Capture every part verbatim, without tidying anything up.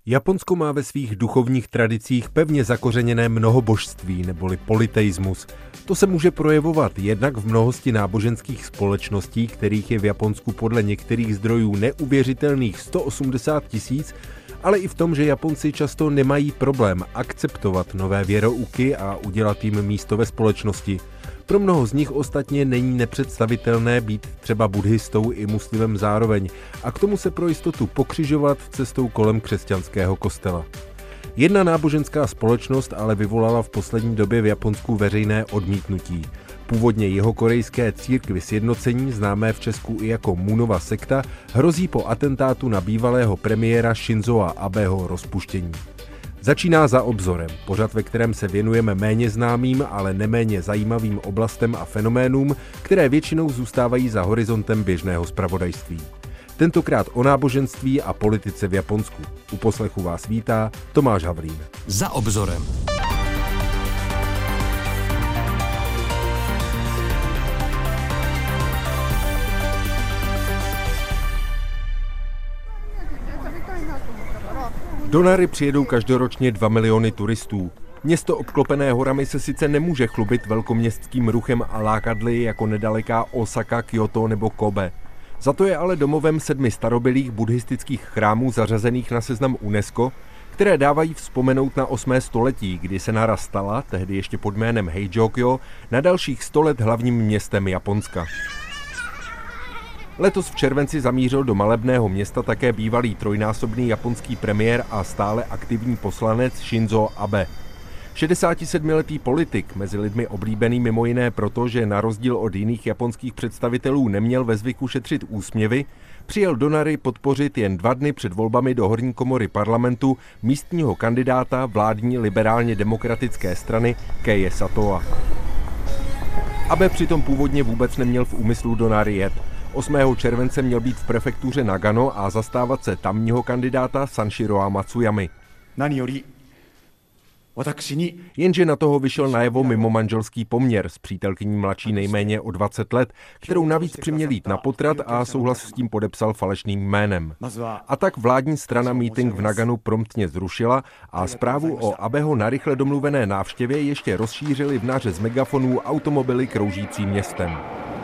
Japonsko má ve svých duchovních tradicích pevně zakořeněné mnohobožství neboli polyteismus. To se může projevovat jednak v mnohosti náboženských společností, kterých je v Japonsku podle některých zdrojů neuvěřitelných sto osmdesát tisíc, ale i v tom, že Japonci často nemají problém akceptovat nové věrouky a udělat jim místo ve společnosti. Pro mnoho z nich ostatně není nepředstavitelné být třeba buddhistou i muslimem zároveň a k tomu se pro jistotu pokřižovat cestou kolem křesťanského kostela. Jedna náboženská společnost ale vyvolala v poslední době v Japonsku veřejné odmítnutí. Původně jihokorejské církvi sjednocení, známé v Česku i jako Moonova sekta, hrozí po atentátu na bývalého premiéra Shinzoa Abeho rozpuštění. Začíná Za obzorem, pořad, ve kterém se věnujeme méně známým, ale neméně zajímavým oblastem a fenoménům, které většinou zůstávají za horizontem běžného zpravodajství. Tentokrát o náboženství a politice v Japonsku. U poslechu vás vítá Tomáš Havlín. Za obzorem. Do Nary přijedou každoročně dva miliony turistů. Město obklopené horami se sice nemůže chlubit velkoměstským ruchem a lákadly jako nedaleká Osaka, Kyoto nebo Kobe. Za to je ale domovem sedmi starobylých buddhistických chrámů zařazených na seznam UNESCO, které dávají vzpomenout na osmé století, kdy se Nara stala, tehdy ještě pod jménem Heijōkyō, na dalších sto let hlavním městem Japonska. Letos v červenci zamířil do malebného města také bývalý trojnásobný japonský premiér a stále aktivní poslanec Shinzo Abe. šedesátisedmiletý politik, mezi lidmi oblíbený mimo jiné proto, že na rozdíl od jiných japonských představitelů neměl ve zvyku šetřit úsměvy, přijel do Nary podpořit jen dva dny před volbami do horní komory parlamentu místního kandidáta vládní liberálně demokratické strany Keie Satoa. Abe přitom původně vůbec neměl v úmyslu do Nary jet. osmého července měl být v prefektuře Nagano a zastávat se tamního kandidáta Sanshiroa Matsuyamy. Jenže na toho vyšel najevo mimo manželský poměr s přítelkyní mladší nejméně o dvacet let, kterou navíc přiměl jít na potrat a souhlas s tím podepsal falešným jménem. A tak vládní strana mítink v Naganu promptně zrušila a zprávu o Abeho narychle domluvené návštěvě ještě rozšířili v náře z megafonů automobily kroužící městem.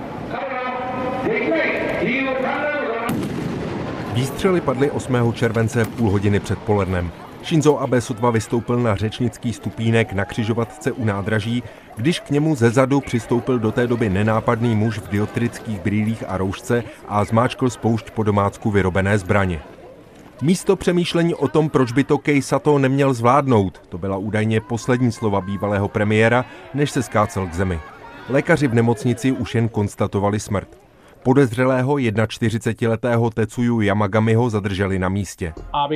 Výstřely padly osmého července půl hodiny před polednem. Shinzo Abe sotva vystoupil na řečnický stupínek na křižovatce u nádraží, když k němu zezadu přistoupil do té doby nenápadný muž v dioptrických brýlích a roušce a zmáčkl spoušť po domácku vyrobené zbraně. Místo přemýšlení o tom, proč by to Kei Sato neměl zvládnout, to byla údajně poslední slova bývalého premiéra, než se skácel k zemi. Lékaři v nemocnici už jen konstatovali smrt. Podezřelého čtyřicetijednoletého Tetsuyu Yamagamiho zadrželi na místě.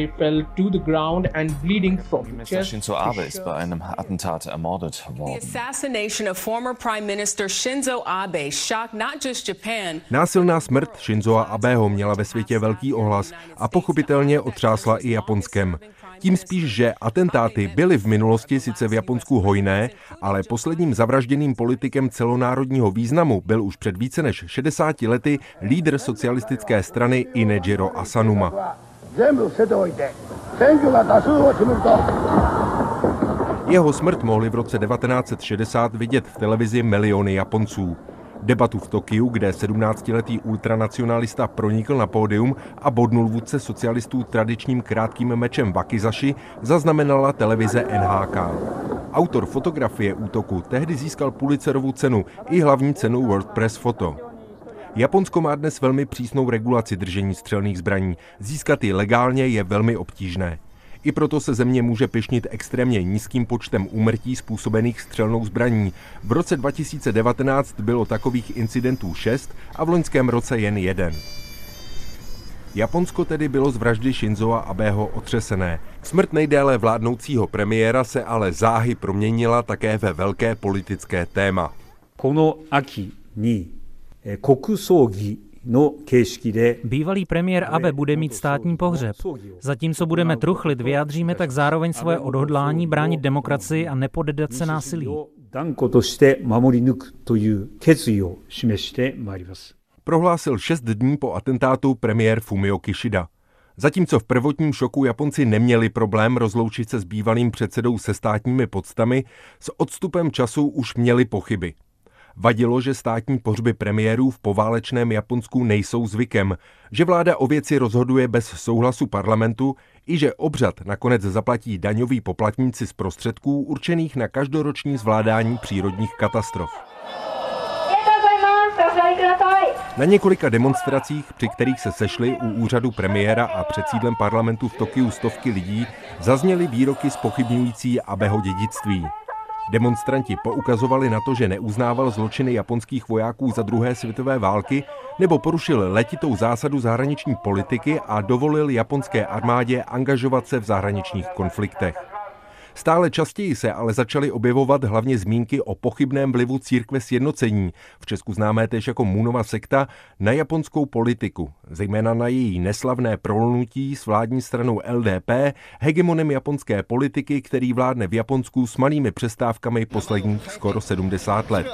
Minister Shinzo Abe ist bei einem Attentat ermordet worden. The assassination of former Prime Minister Shinzo Abe shocked not just Japan. Násilná smrt Shinzoa Abeho měla ve světě velký ohlas a pochopitelně otřásla i Japonskem. Tím spíš, že atentáty byly v minulosti sice v Japonsku hojné, ale posledním zavražděným politikem celonárodního významu byl už před více než šedesáti lety lídr socialistické strany Inejiro Asanuma. Jeho smrt mohli v roce devatenáct set šedesát vidět v televizi miliony Japonců. Debatu v Tokiu, kde sedmnáctiletý ultranacionalista pronikl na pódium a bodnul vůdce socialistů tradičním krátkým mečem wakizashi, zaznamenala televize N H K. Autor fotografie útoku tehdy získal Pulitzerovu cenu i hlavní cenu World Press Photo. Japonsko má dnes velmi přísnou regulaci držení střelných zbraní. Získat ji legálně je velmi obtížné. I proto se země může pyšnit extrémně nízkým počtem úmrtí způsobených střelnou zbraní. V roce dva tisíce devatenáct bylo takových incidentů šest a v loňském roce jen jeden. Japonsko tedy bylo z vraždy Shinzoa Abeho otřesené. Smrt nejdéle vládnoucího premiéra se ale záhy proměnila také ve velké politické téma. Kono aki ni kokusougi. Bývalý premiér Abe bude mít státní pohřeb. Zatímco budeme truchlit, vyjádříme tak zároveň svoje odhodlání bránit demokracii a nepoddat se násilí. Prohlásil šest dní po atentátu premiér Fumio Kishida. Zatímco v prvotním šoku Japonci neměli problém rozloučit se s bývalým předsedou se státními poctami, s odstupem času už měli pochyby. Vadilo, že státní pohřby premiérů v poválečném Japonsku nejsou zvykem, že vláda o věci rozhoduje bez souhlasu parlamentu i že obřad nakonec zaplatí daňoví poplatníci z prostředků určených na každoroční zvládání přírodních katastrof. Na několika demonstracích, při kterých se sešli u úřadu premiéra a před sídlem parlamentu v Tokiu stovky lidí, zazněly výroky zpochybňující Abeho dědictví. Demonstranti poukazovali na to, že neuznával zločiny japonských vojáků za druhé světové války nebo porušil letitou zásadu zahraniční politiky a dovolil japonské armádě angažovat se v zahraničních konfliktech. Stále častěji se ale začaly objevovat hlavně zmínky o pochybném vlivu církve sjednocení, v Česku známé též jako Moonova sekta, na japonskou politiku, zejména na její neslavné prolnutí s vládní stranou L D P, hegemonem japonské politiky, který vládne v Japonsku s malými přestávkami posledních skoro sedmdesát let.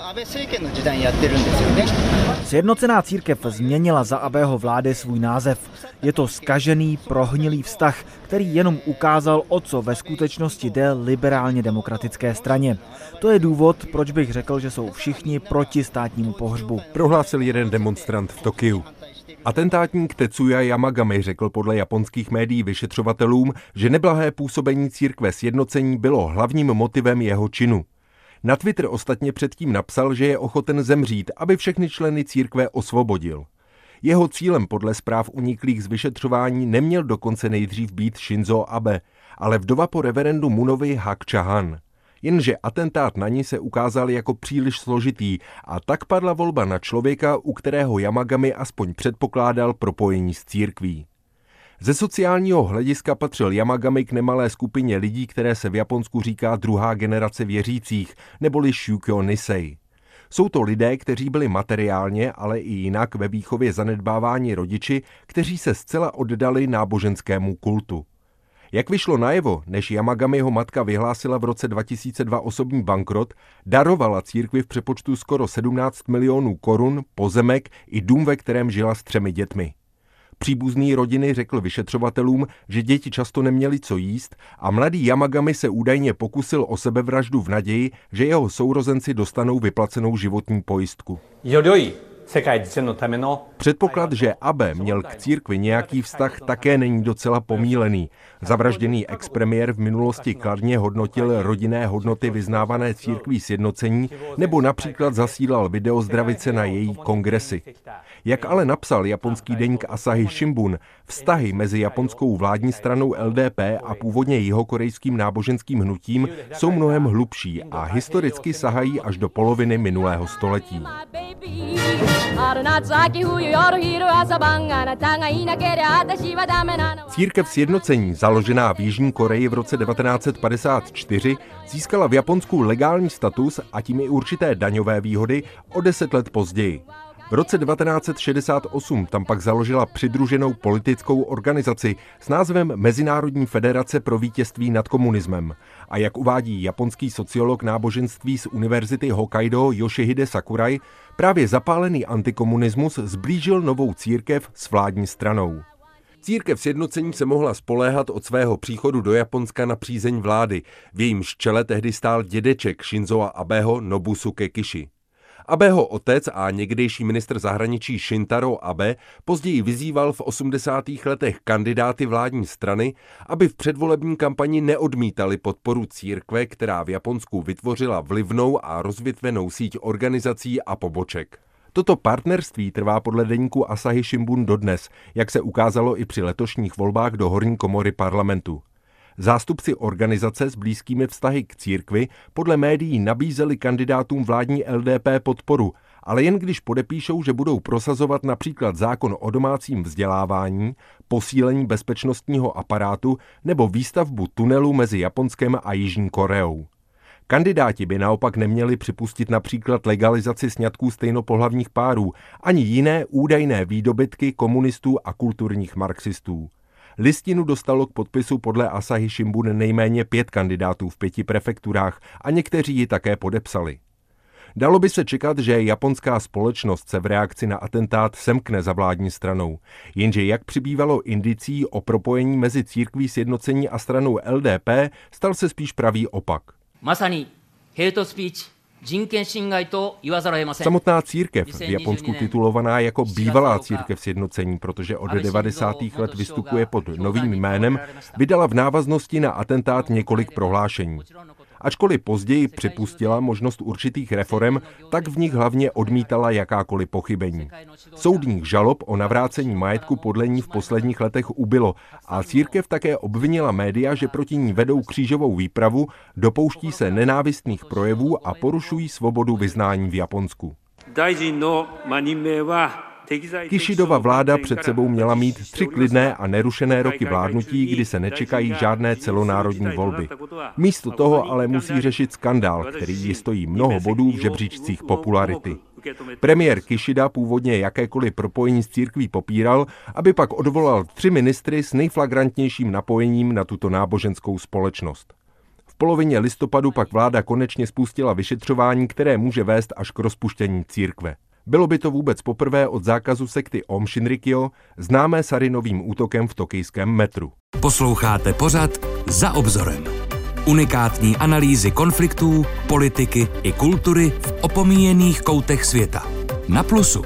Sjednocená církev změnila za Abeho vlády svůj název. Je to zkažený, prohnilý vztah, který jenom ukázal, o co ve skutečnosti jde liberálně demokratické straně. To je důvod, proč bych řekl, že jsou všichni proti státnímu pohřbu. Prohlásil jeden demonstrant v Tokiu. Atentátník Tetsuya Yamagami řekl podle japonských médií vyšetřovatelům, že neblahé působení církve sjednocení bylo hlavním motivem jeho činu. Na Twitter ostatně předtím napsal, že je ochoten zemřít, aby všechny členy církve osvobodil. Jeho cílem podle zpráv uniklých z vyšetřování neměl dokonce nejdřív být Shinzo Abe, ale vdova po reverendu Moonovi Hak Cha-han. Jenže atentát na ní se ukázal jako příliš složitý a tak padla volba na člověka, u kterého Yamagami aspoň předpokládal propojení s církví. Ze sociálního hlediska patřil Yamagami k nemalé skupině lidí, které se v Japonsku říká druhá generace věřících, neboli Shūkyō Nisei. Jsou to lidé, kteří byli materiálně, ale i jinak ve výchově zanedbáváni rodiči, kteří se zcela oddali náboženskému kultu. Jak vyšlo najevo, než Yamagamiho matka vyhlásila v roce dva tisíce dva osobní bankrot, darovala církvi v přepočtu skoro sedmnáct milionů korun, pozemek i dům, ve kterém žila s třemi dětmi. Příbuzný rodiny řekl vyšetřovatelům, že děti často neměly co jíst a mladý Yamagami se údajně pokusil o sebevraždu v naději, že jeho sourozenci dostanou vyplacenou životní pojistku. Předpoklad, že Abe měl k církvi nějaký vztah, také není docela pomílený. Zavražděný expremiér v minulosti kladně hodnotil rodinné hodnoty vyznávané církví sjednocení nebo například zasílal videozdravice na její kongresy. Jak ale napsal japonský deník Asahi Shimbun, vztahy mezi japonskou vládní stranou L D P a původně jihokorejským náboženským hnutím jsou mnohem hlubší a historicky sahají až do poloviny minulého století. Církev sjednocení, založená v Jižní Koreji v roce devatenáct set padesát čtyři, získala v Japonsku legální status a tím i určité daňové výhody o deset let později. V roce devatenáct set šedesát osm tam pak založila přidruženou politickou organizaci s názvem Mezinárodní federace pro vítězství nad komunismem. A jak uvádí japonský sociolog náboženství z univerzity Hokkaido Yoshihide Sakurai, právě zapálený antikomunismus zblížil novou církev s vládní stranou. Církev sjednocení se mohla spoléhat od svého příchodu do Japonska na přízeň vlády. V jejímž čele tehdy stál dědeček Shinzoa Abeho Nobusuke Kishi. Abeho otec a někdejší ministr zahraničí Shintaro Abe později vyzýval v osmdesátých letech kandidáty vládní strany, aby v předvolební kampani neodmítali podporu církve, která v Japonsku vytvořila vlivnou a rozvětvenou síť organizací a poboček. Toto partnerství trvá podle deníku Asahi Shimbun dodnes, jak se ukázalo i při letošních volbách do horní komory parlamentu. Zástupci organizace s blízkými vztahy k církvi podle médií nabízeli kandidátům vládní L D P podporu, ale jen když podepíšou, že budou prosazovat například zákon o domácím vzdělávání, posílení bezpečnostního aparátu nebo výstavbu tunelu mezi Japonskem a Jižní Koreou. Kandidáti by naopak neměli připustit například legalizaci sňatků stejnopohlavních párů ani jiné údajné výdobytky komunistů a kulturních marxistů. Listinu dostalo k podpisu podle Asahi Shimbun nejméně pět kandidátů v pěti prefekturách a někteří ji také podepsali. Dalo by se čekat, že japonská společnost se v reakci na atentát semkne za vládní stranou. Jenže jak přibývalo indicí o propojení mezi církví sjednocení a stranou L D P, stal se spíš pravý opak. Samotná církev, v Japonsku titulovaná jako bývalá církev sjednocení, protože od devadesátých let vystupuje pod novým jménem, vydala v návaznosti na atentát několik prohlášení. Ačkoliv později připustila možnost určitých reforem, tak v nich hlavně odmítala jakákoliv pochybení. Soudních žalob o navrácení majetku podle ní v posledních letech ubylo a církev také obvinila média, že proti ní vedou křížovou výpravu, dopouští se nenávistných projevů a porušují svobodu vyznání v Japonsku. Kishidova vláda před sebou měla mít tři klidné a nerušené roky vládnutí, kdy se nečekají žádné celonárodní volby. Místo toho ale musí řešit skandál, který jí stojí mnoho bodů v žebříčcích popularity. Premiér Kishida původně jakékoliv propojení s církví popíral, aby pak odvolal tři ministry s nejflagrantnějším napojením na tuto náboženskou společnost. V polovině listopadu pak vláda konečně spustila vyšetřování, které může vést až k rozpuštění církve. Bylo by to vůbec poprvé od zákazu sekty Aum Shinrikyo, známé Sarinovým útokem v tokijském metru. Posloucháte pořad Za obzorem. Unikátní analýzy konfliktů, politiky i kultury v opomíjených koutech světa. Na Plusu.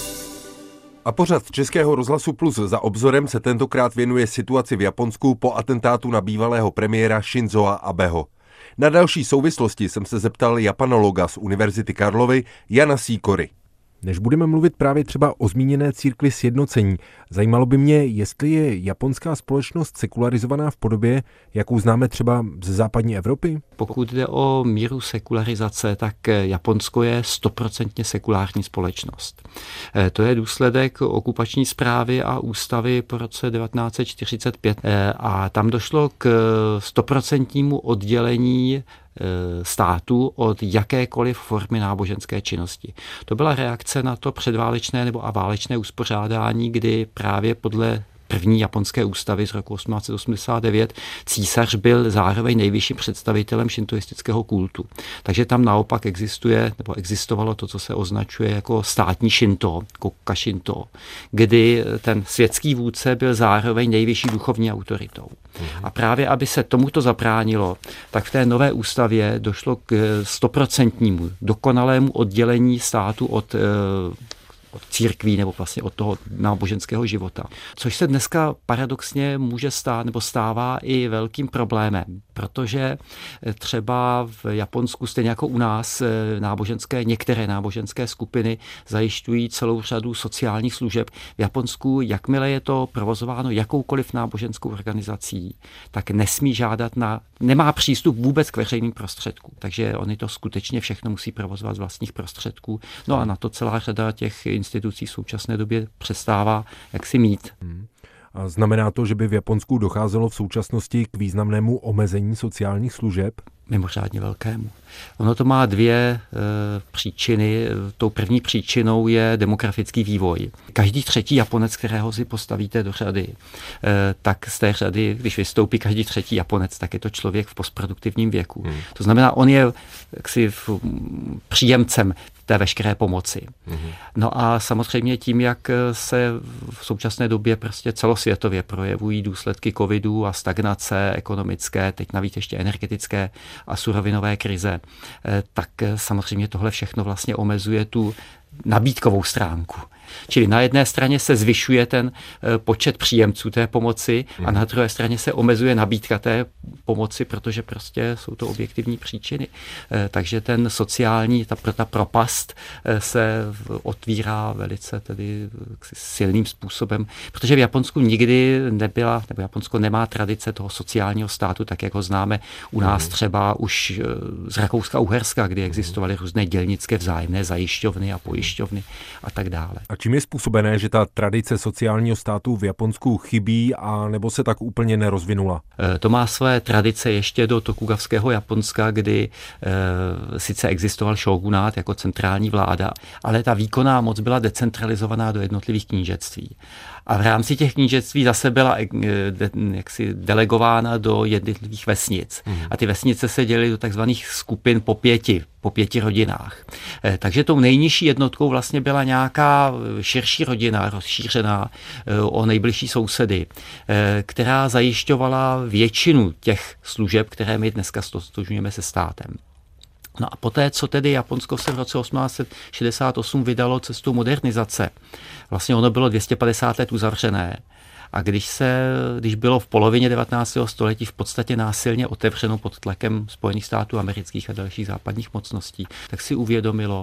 A pořad Českého rozhlasu Plus Za obzorem se tentokrát věnuje situaci v Japonsku po atentátu na bývalého premiéra Shinzoa Abeho. Na další souvislosti jsem se zeptal japanologa z Univerzity Karlovy Jana Sýkory. Než budeme mluvit právě třeba o zmíněné církvi sjednocení, zajímalo by mě, jestli je japonská společnost sekularizovaná v podobě, jakou známe třeba ze západní Evropy? Pokud jde o míru sekularizace, tak Japonsko je stoprocentně sekulární společnost. To je důsledek okupační správy a ústavy po roce devatenáct set čtyřicet pět a tam došlo k stoprocentnímu oddělení státu od jakékoliv formy náboženské činnosti. To byla reakce na to předválečné nebo a válečné uspořádání, kdy právě podle první japonské ústavy z roku osmnáct set osmdesát devět císař byl zároveň nejvyšším představitelem šintoistického kultu. Takže tam naopak existuje, nebo existovalo to, co se označuje jako státní šinto, kokka šinto, kdy ten světský vůdce byl zároveň nejvyšší duchovní autoritou. A právě, aby se tomuto zabránilo, tak v té nové ústavě došlo k stoprocentnímu dokonalému oddělení státu od od církví nebo vlastně od toho náboženského života. Což se dneska paradoxně může stát nebo stává i velkým problémem, protože třeba v Japonsku, stejně jako u nás, náboženské, některé náboženské skupiny zajišťují celou řadu sociálních služeb. V Japonsku, jakmile je to provozováno jakoukoliv náboženskou organizací, tak nesmí žádat na, nemá přístup vůbec k veřejným prostředkům. Takže oni to skutečně všechno musí provozovat z vlastních prostředků. No a na to celá řada těch institucí v současné době přestává jaksi mít. Hmm. A znamená to, že by v Japonsku docházelo v současnosti k významnému omezení sociálních služeb? Mimořádně velkému. Ono to má dvě e, příčiny. Tou první příčinou je demografický vývoj. Každý třetí Japonec, kterého si postavíte do řady, e, tak z té řady, když vystoupí každý třetí Japonec, tak je to člověk v postproduktivním věku. Hmm. To znamená, on je jaksi příjemcem té veškeré pomoci. Mm-hmm. No a samozřejmě tím, jak se v současné době prostě celosvětově projevují důsledky covidu a stagnace ekonomické, teď navíc ještě energetické a surovinové krize, tak samozřejmě tohle všechno vlastně omezuje tu nabídkovou stránku. Čili na jedné straně se zvyšuje ten počet příjemců té pomoci a na druhé straně se omezuje nabídka té pomoci, protože prostě jsou to objektivní příčiny. Takže ten sociální, ta, ta propast se otvírá velice tedy silným způsobem, protože v Japonsku nikdy nebyla, nebo Japonsko nemá tradice toho sociálního státu, tak jak ho známe u nás třeba už z Rakouska-Uherska, kdy existovaly různé dělnické vzájemné zajišťovny a pojišťovny a tak dále. A čím je způsobené, že ta tradice sociálního státu v Japonsku chybí a nebo se tak úplně nerozvinula? To má své tradice ještě do tokugavského Japonska, kdy e, sice existoval šógunát jako centrální vláda, ale ta výkonná moc byla decentralizovaná do jednotlivých knížectví. A v rámci těch knížectví zase byla jaksi delegována do jednotlivých vesnic. Hmm. A ty vesnice se dělily do takzvaných skupin po pěti, po pěti rodinách. Takže tou nejnižší jednotkou vlastně byla nějaká širší rodina, rozšířená o nejbližší sousedy, která zajišťovala většinu těch služeb, které my dneska stotožňujeme se státem. No a poté, co tedy Japonsko se v roce osmnáct set šedesát osm vydalo cestou modernizace, vlastně ono bylo dvě stě padesát let uzavřené, a když, se, když bylo v polovině devatenáctého století v podstatě násilně otevřeno pod tlakem Spojených států amerických a dalších západních mocností, tak si uvědomilo,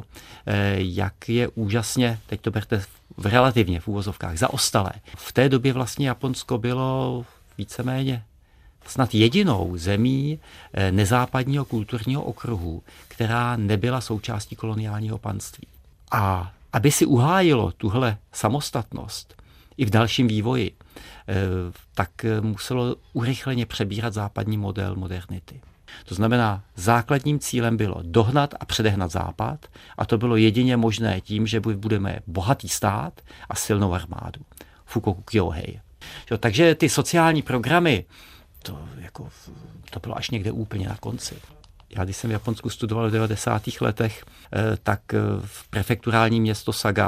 jak je úžasně, teď to berte v relativně v úvozovkách, zaostalé. V té době vlastně Japonsko bylo víceméně snad jedinou zemí nezápadního kulturního okruhu, která nebyla součástí koloniálního panství. A aby si uhájilo tuhle samostatnost i v dalším vývoji, tak muselo urychleně přebírat západní model modernity. To znamená, základním cílem bylo dohnat a předehnat Západ, a to bylo jedině možné tím, že budeme bohatý stát a silnou armádu. Fukoku Kyohei. Takže ty sociální programy, to, jako, to bylo až někde úplně na konci. Já když jsem v Japonsku studoval v devadesátých letech, tak v prefekturální město Saga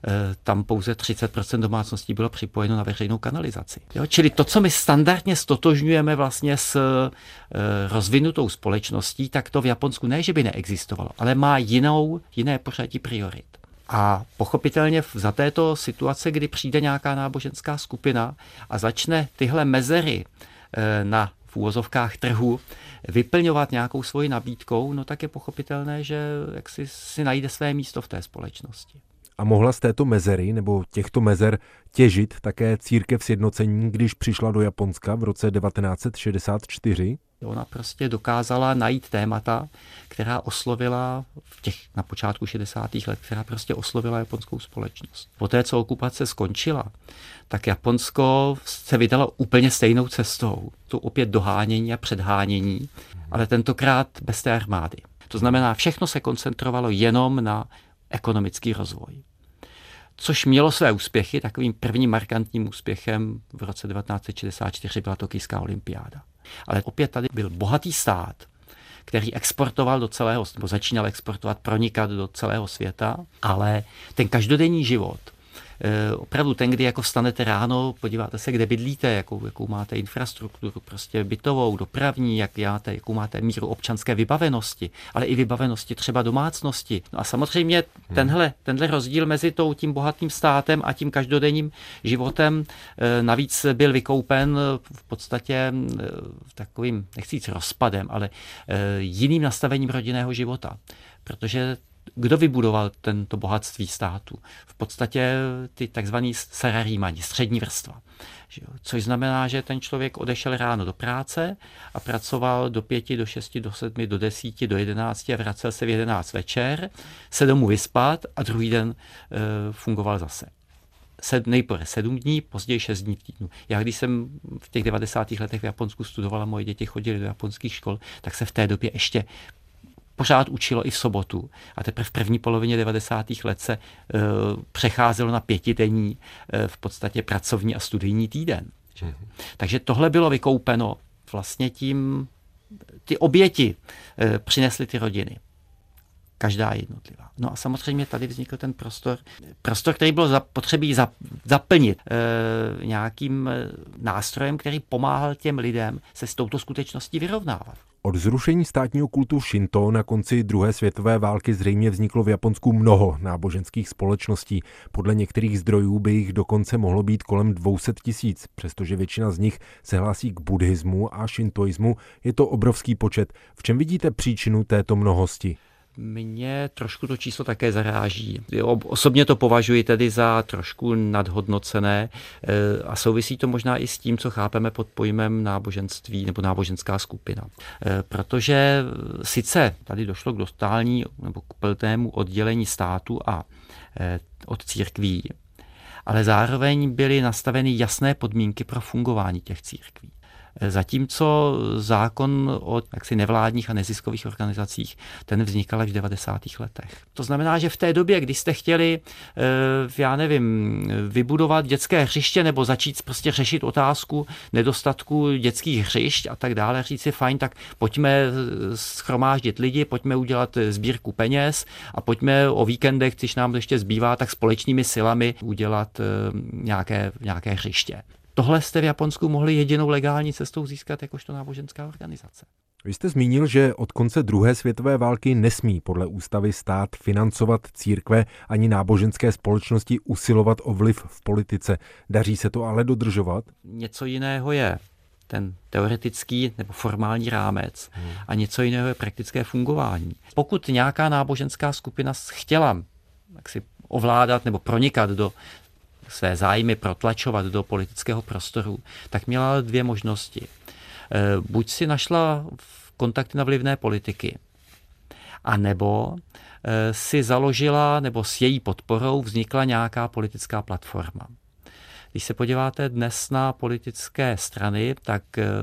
tam pouze třicet procent domácností bylo připojeno na veřejnou kanalizaci. Jo? Čili to, co my standardně stotožňujeme vlastně s rozvinutou společností, tak to v Japonsku ne, že by neexistovalo, ale má jinou, jiné pořadí priorit. A pochopitelně za této situace, kdy přijde nějaká náboženská skupina a začne tyhle mezery na v úvozovkách trhu vyplňovat nějakou svoji nabídkou, no tak je pochopitelné, že jak si, si najde své místo v té společnosti. A mohla z této mezery nebo těchto mezer těžit také církev sjednocení, když přišla do Japonska v roce devatenáct set šedesát čtyři? Ona prostě dokázala najít témata, která oslovila v těch na počátku šedesátých let, která prostě oslovila japonskou společnost. Poté, co okupace skončila, tak Japonsko se vydalo úplně stejnou cestou. To opět dohánění a předhánění, ale tentokrát bez té armády. To znamená, všechno se koncentrovalo jenom na ekonomický rozvoj. Což mělo své úspěchy, takovým prvním markantním úspěchem v roce devatenáct set šedesát čtyři byla Tokijská olympiáda. Ale opět tady byl bohatý stát, který exportoval do celého, nebo začínal exportovat, pronikat do celého světa, ale ten každodenní život, opravdu ten, kdy jako vstanete ráno, podíváte se, kde bydlíte, jakou, jakou máte infrastrukturu, prostě bytovou, dopravní, jak máte, jakou máte míru občanské vybavenosti, ale i vybavenosti třeba domácnosti. No a samozřejmě tenhle, tenhle rozdíl mezi tou, tím bohatým státem a tím každodenním životem navíc byl vykoupen v podstatě takovým, nechci říct rozpadem, ale jiným nastavením rodinného života. Protože kdo vybudoval tento bohatství státu? V podstatě ty takzvaný salarímani, střední vrstva. Což znamená, že ten člověk odešel ráno do práce a pracoval do pěti, do šesti, do sedmi, do desíti, do jedenácti a vracel se v jedenáct večer, se domů vyspat a druhý den e, fungoval zase. Sed, nejprve sedm dní, později šest dní v týdnu. Já když jsem v těch devadesátých letech v Japonsku studovala, moje děti chodily do japonských škol, tak se v té době ještě pořád učilo i v sobotu. A teprve v první polovině devadesátých let se e, přecházelo na pětidenní e, v podstatě pracovní a studijní týden. Mm. Takže tohle bylo vykoupeno vlastně tím, ty oběti e, přinesly ty rodiny. Každá jednotlivá. No a samozřejmě tady vznikl ten prostor, prostor, který bylo zapotřebí zaplnit e, nějakým nástrojem, který pomáhal těm lidem se s touto skutečností vyrovnávat. Od zrušení státního kultu Šinto na konci druhé světové války zřejmě vzniklo v Japonsku mnoho náboženských společností. Podle některých zdrojů by jich dokonce mohlo být kolem dvě stě tisíc. Přestože většina z nich se hlásí k buddhismu a šintoismu, je to obrovský počet. V čem vidíte příčinu této mnohosti? Mě trošku to číslo také zaráží. Osobně to považuji tedy za trošku nadhodnocené a souvisí to možná i s tím, co chápeme pod pojmem náboženství nebo náboženská skupina. Protože sice tady došlo k totální nebo k plnému oddělení státu a od církví, ale zároveň byly nastaveny jasné podmínky pro fungování těch církví. Zatímco zákon o jaksi nevládních a neziskových organizacích, ten vznikal až v devadesátých letech. To znamená, že v té době, kdy jste chtěli, já nevím, vybudovat dětské hřiště nebo začít prostě řešit otázku nedostatku dětských hřišť a tak dále, říct si fajn, tak pojďme shromáždit lidi, pojďme udělat sbírku peněz a pojďme o víkendech, když nám ještě zbývá, tak společnými silami udělat nějaké, nějaké hřiště. Tohle jste v Japonsku mohli jedinou legální cestou získat jakožto náboženská organizace. Vy jste zmínil, že od konce druhé světové války nesmí podle ústavy stát financovat církve ani náboženské společnosti usilovat o vliv v politice. Daří se to ale dodržovat? Něco jiného je ten teoretický nebo formální rámec a něco jiného je praktické fungování. Pokud nějaká náboženská skupina chtěla jaksi ovládat nebo pronikat do své zájmy protlačovat do politického prostoru, tak měla dvě možnosti. Buď si našla kontakty na vlivné politiky, anebo si založila, nebo s její podporou vznikla nějaká politická platforma. Když se podíváte dnes na politické strany, tak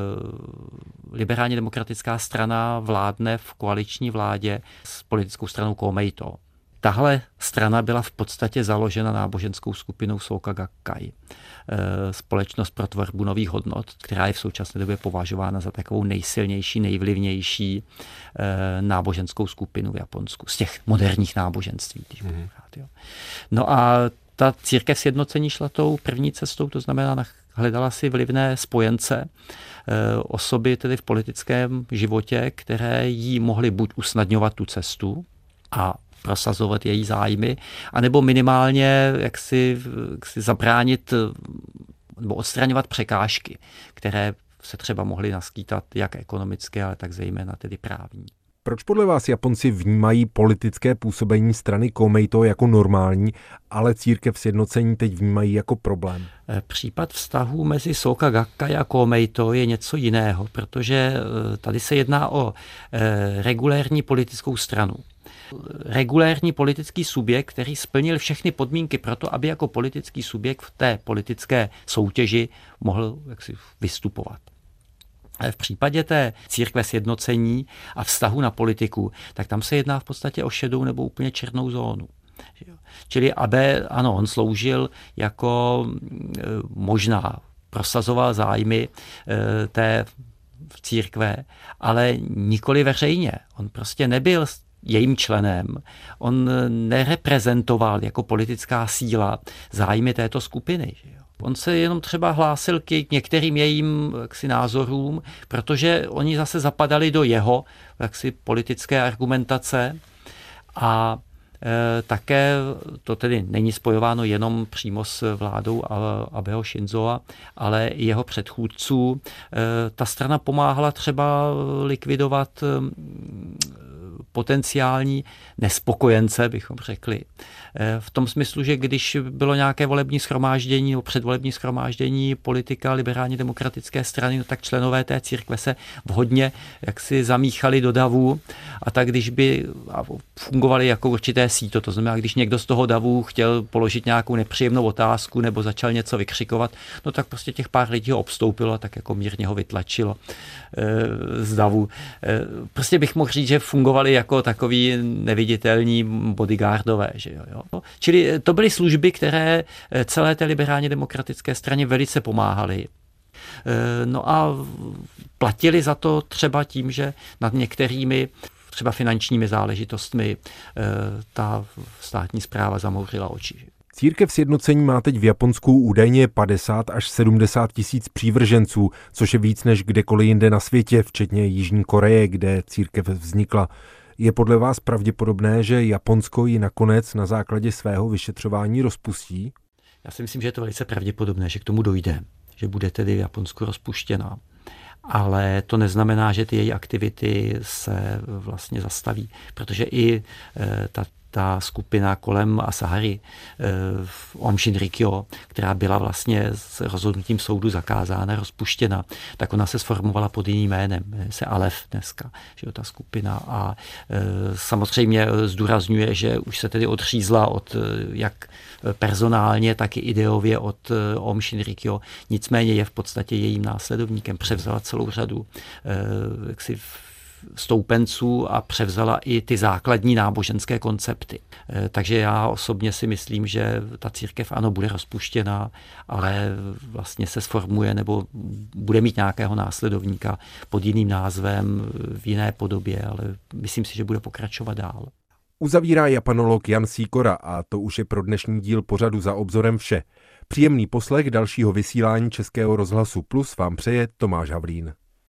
liberálně demokratická strana vládne v koaliční vládě s politickou stranou Komeito. Tahle strana byla v podstatě založena náboženskou skupinou Soka Gakkai, společnost pro tvorbu nových hodnot, která je v současné době považována za takovou nejsilnější, nejvlivnější náboženskou skupinu v Japonsku, z těch moderních náboženství. Mm. No a ta církev sjednocení šla tou první cestou, to znamená, hledala si vlivné spojence, osoby tedy v politickém životě, které jí mohly buď usnadňovat tu cestu a prosazovat její zájmy, anebo minimálně jak si, jak si zabránit nebo odstraňovat překážky, které se třeba mohly naskýtat jak ekonomické, ale tak zejména tedy právní. Proč podle vás Japonci vnímají politické působení strany Komeito jako normální, ale církev sjednocení teď vnímají jako problém? Případ vztahů mezi Soka Gakkai a Komeito je něco jiného, protože tady se jedná o regulérní politickou stranu. Regulérní politický subjekt, který splnil všechny podmínky pro to, aby jako politický subjekt v té politické soutěži mohl jaksi vystupovat. V případě té církve sjednocení a vztahu na politiku, tak tam se jedná v podstatě o šedou nebo úplně černou zónu. Čili Abe, ano, on sloužil jako možná prosazoval zájmy té církve, ale nikoli veřejně. On prostě nebyl jejím členem. On nereprezentoval jako politická síla zájmy této skupiny. On se jenom třeba hlásil k některým jejím jaksi, názorům, protože oni zase zapadali do jeho jaksi, politické argumentace a e, také to tedy není spojováno jenom přímo s vládou Abeho Shinzoa, ale i jeho předchůdců. E, ta strana pomáhala třeba likvidovat e, potenciální nespokojence, bychom řekli. V tom smyslu, že když bylo nějaké volební shromáždění nebo předvolební shromáždění politika liberálně demokratické strany, no tak členové té církve se vhodně jaksi zamíchali do davu a tak když by fungovali jako určité síto, to znamená, když někdo z toho davu chtěl položit nějakou nepříjemnou otázku nebo začal něco vykřikovat, no tak prostě těch pár lidí ho obstoupilo a tak jako mírně ho vytlačilo z davu. Prostě bych mohl říct, že fungovali jako takový neviditelní bodyguardové. Že jo, jo. Čili to byly služby, které celé té liberálně demokratické straně velice pomáhaly. No a platili za to třeba tím, že nad některými třeba finančními záležitostmi ta státní správa zamouřila oči. Církev sjednocení má teď v Japonsku údajně padesát až sedmdesát tisíc přívrženců, což je víc než kdekoliv jinde na světě, včetně Jižní Koreje, kde církev vznikla. Je podle vás pravděpodobné, že Japonsko ji nakonec na základě svého vyšetřování rozpustí? Já si myslím, že je to velice pravděpodobné, že k tomu dojde, že bude tedy v Japonsku rozpuštěna. Ale to neznamená, že ty její aktivity se vlastně zastaví, protože i ta ta skupina kolem Asahary, Aum Shinrikyo, která byla vlastně s rozhodnutím soudu zakázána, rozpuštěna, tak ona se sformovala pod jiným jménem, se Alef dneska, že ta skupina. A samozřejmě zdůrazňuje, že už se tedy odřízla od jak personálně, tak i ideově od Aum Shinrikyo, nicméně je v podstatě jejím následovníkem, převzala celou řadu jaksi stoupenců a převzala i ty základní náboženské koncepty. Takže já osobně si myslím, že ta církev ano, bude rozpuštěná, ale vlastně se sformuje nebo bude mít nějakého následovníka pod jiným názvem, v jiné podobě, ale myslím si, že bude pokračovat dál. Uzavírá japanolog Jan Sýkora a to už je pro dnešní díl pořadu Za obzorem vše. Příjemný poslech dalšího vysílání Českého rozhlasu Plus vám přeje Tomáš Havlín.